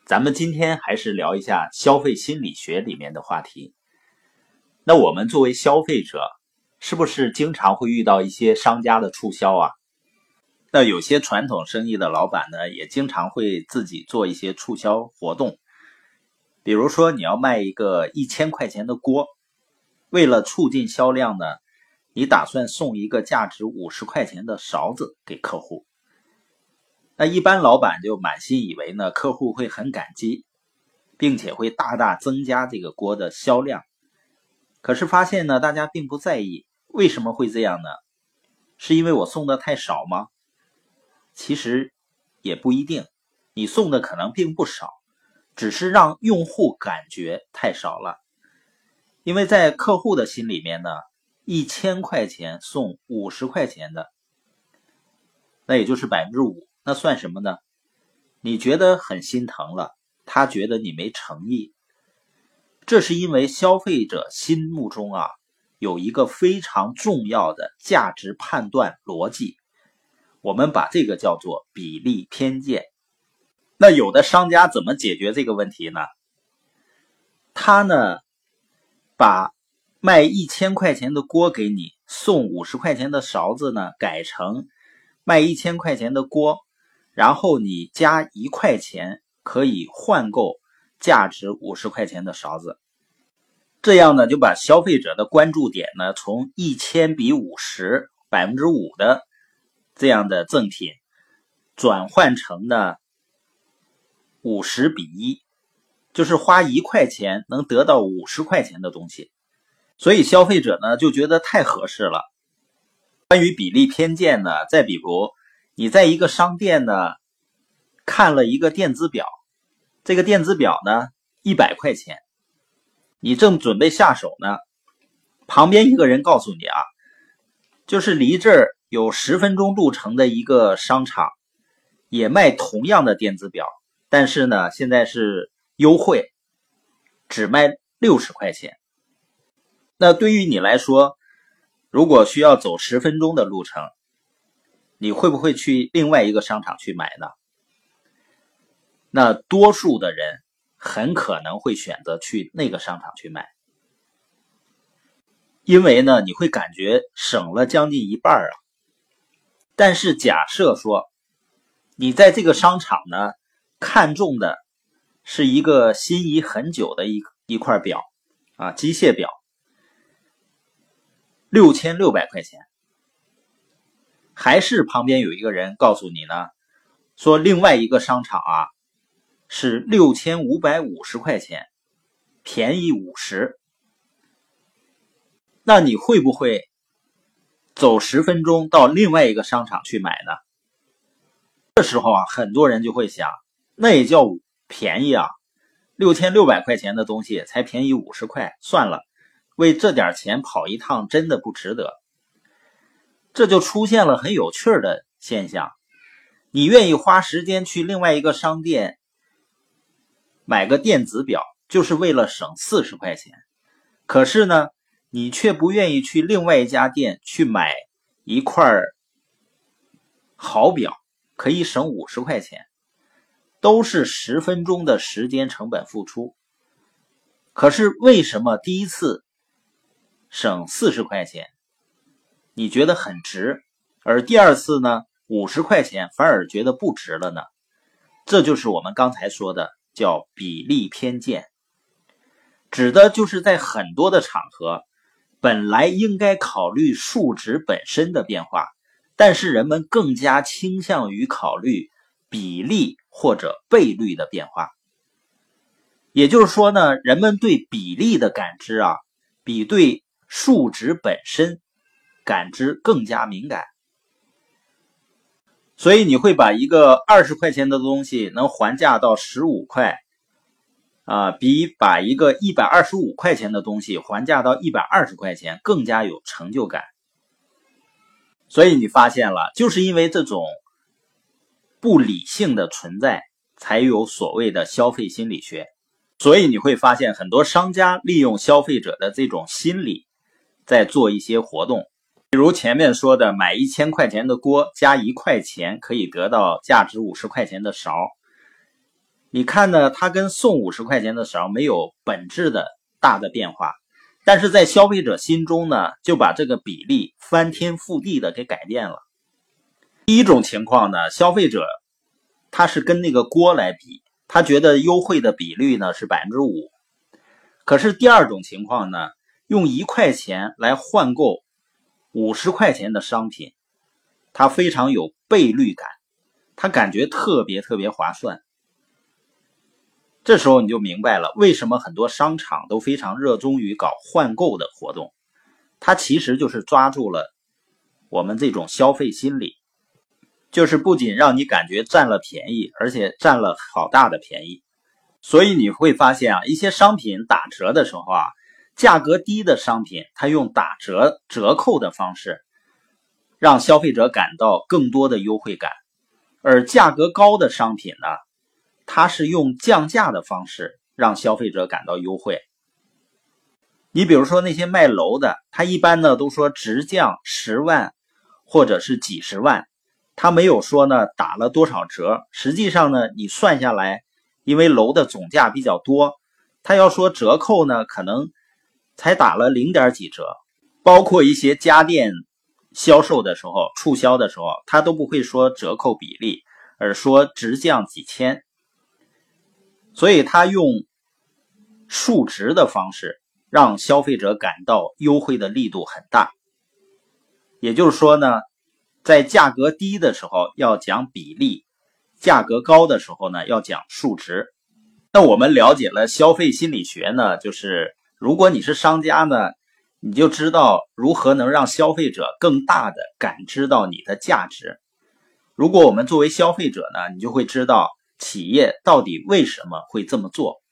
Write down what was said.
咱们今天还是聊一下消费心理学里面的话题。那我们作为消费者，是不是经常会遇到一些商家的促销啊？那有些传统生意的老板呢，也经常会自己做一些促销活动。比如说你要卖一个1000块钱的锅，为了促进销量呢，你打算送一个价值50块钱的勺子给客户。那一般老板就满心以为呢，客户会很感激，并且会大大增加这个锅的销量。可是发现呢，大家并不在意。为什么会这样呢？是因为我送的太少吗？其实也不一定，你送的可能并不少，只是让用户感觉太少了。因为在客户的心里面呢，1000块钱送50块钱的，那也就是 5%， 那算什么呢？你觉得很心疼了，他觉得你没诚意。这是因为消费者心目中有一个非常重要的价值判断逻辑，我们把这个叫做比例偏见。那有的商家怎么解决这个问题呢？他呢，把卖1000块钱的锅给你，送50块钱的勺子呢，改成卖1000块钱的锅，然后你加1块钱可以换购价值50块钱的勺子。这样呢，就把消费者的关注点呢，从1000比50%， 5%的这样的赠品，转换成呢50比1，就是花1块钱能得到50块钱的东西。所以消费者呢就觉得太合适了。关于比例偏见呢，再比如你在一个商店呢看了一个电子表，这个电子表呢100块钱，你正准备下手呢，旁边一个人告诉你就是离这儿有10分钟路程的一个商场也卖同样的电子表，但是呢现在是优惠，只卖60块钱。那对于你来说，如果需要走10分钟的路程，你会不会去另外一个商场去买呢？那多数的人很可能会选择去那个商场去买，因为呢你会感觉省了将近一半但是假设说你在这个商场呢看中的是一个心仪很久的一块表机械表，6600块钱，还是旁边有一个人告诉你呢，说另外一个商场是6550块钱，便宜50%。那你会不会走10分钟到另外一个商场去买呢？这时候很多人就会想，那也叫便宜，6600块钱的东西才便宜50块，算了，为这点钱跑一趟真的不值得。这就出现了很有趣的现象，你愿意花时间去另外一个商店买个电子表，就是为了省40块钱，可是呢你却不愿意去另外一家店去买一块好表，可以省50块钱，都是10分钟的时间成本付出。可是为什么第一次省40块钱你觉得很值，而第二次呢50块钱反而觉得不值了呢？这就是我们刚才说的叫比例偏见，指的就是在很多的场合本来应该考虑数值本身的变化，但是人们更加倾向于考虑比例或者倍率的变化。也就是说呢，人们对比例的感知比对数值本身感知更加敏感。所以你会把一个20块钱的东西能还价到15块比把一个125块钱的东西还价到120块钱更加有成就感。所以你发现了，就是因为这种不理性的存在，才有所谓的消费心理学。所以你会发现很多商家利用消费者的这种心理在做一些活动，比如前面说的买1000块钱的锅加1块钱可以得到价值50块钱的勺， 你看呢，它跟送50块钱的时候没有本质的大的变化，但是在消费者心中呢，就把这个比例翻天覆地的给改变了。第一种情况呢，消费者他是跟那个锅来比，他觉得优惠的比率呢是 5%。可是第二种情况呢，用1块钱来换购50块钱的商品，他非常有倍率感，他感觉特别划算。这时候你就明白了，为什么很多商场都非常热衷于搞换购的活动，它其实就是抓住了我们这种消费心理，就是不仅让你感觉占了便宜，而且占了好大的便宜。所以你会发现啊，一些商品打折的时候啊，价格低的商品它用打折折扣的方式让消费者感到更多的优惠感，而价格高的商品呢，它是用降价的方式让消费者感到优惠。你比如说那些卖楼的，他一般呢都说直降10万或者是几十万，他没有说呢打了多少折，实际上呢你算下来，因为楼的总价比较多，他要说折扣呢可能才打了0点几折，包括一些家电销售的时候，促销的时候，他都不会说折扣比例，而说直降几千。所以他用数值的方式让消费者感到优惠的力度很大。也就是说呢，在价格低的时候要讲比例，价格高的时候呢要讲数值。那我们了解了消费心理学呢，就是如果你是商家呢，你就知道如何能让消费者更大的感知到你的价值。如果我们作为消费者呢，你就会知道企业到底为什么会这么做。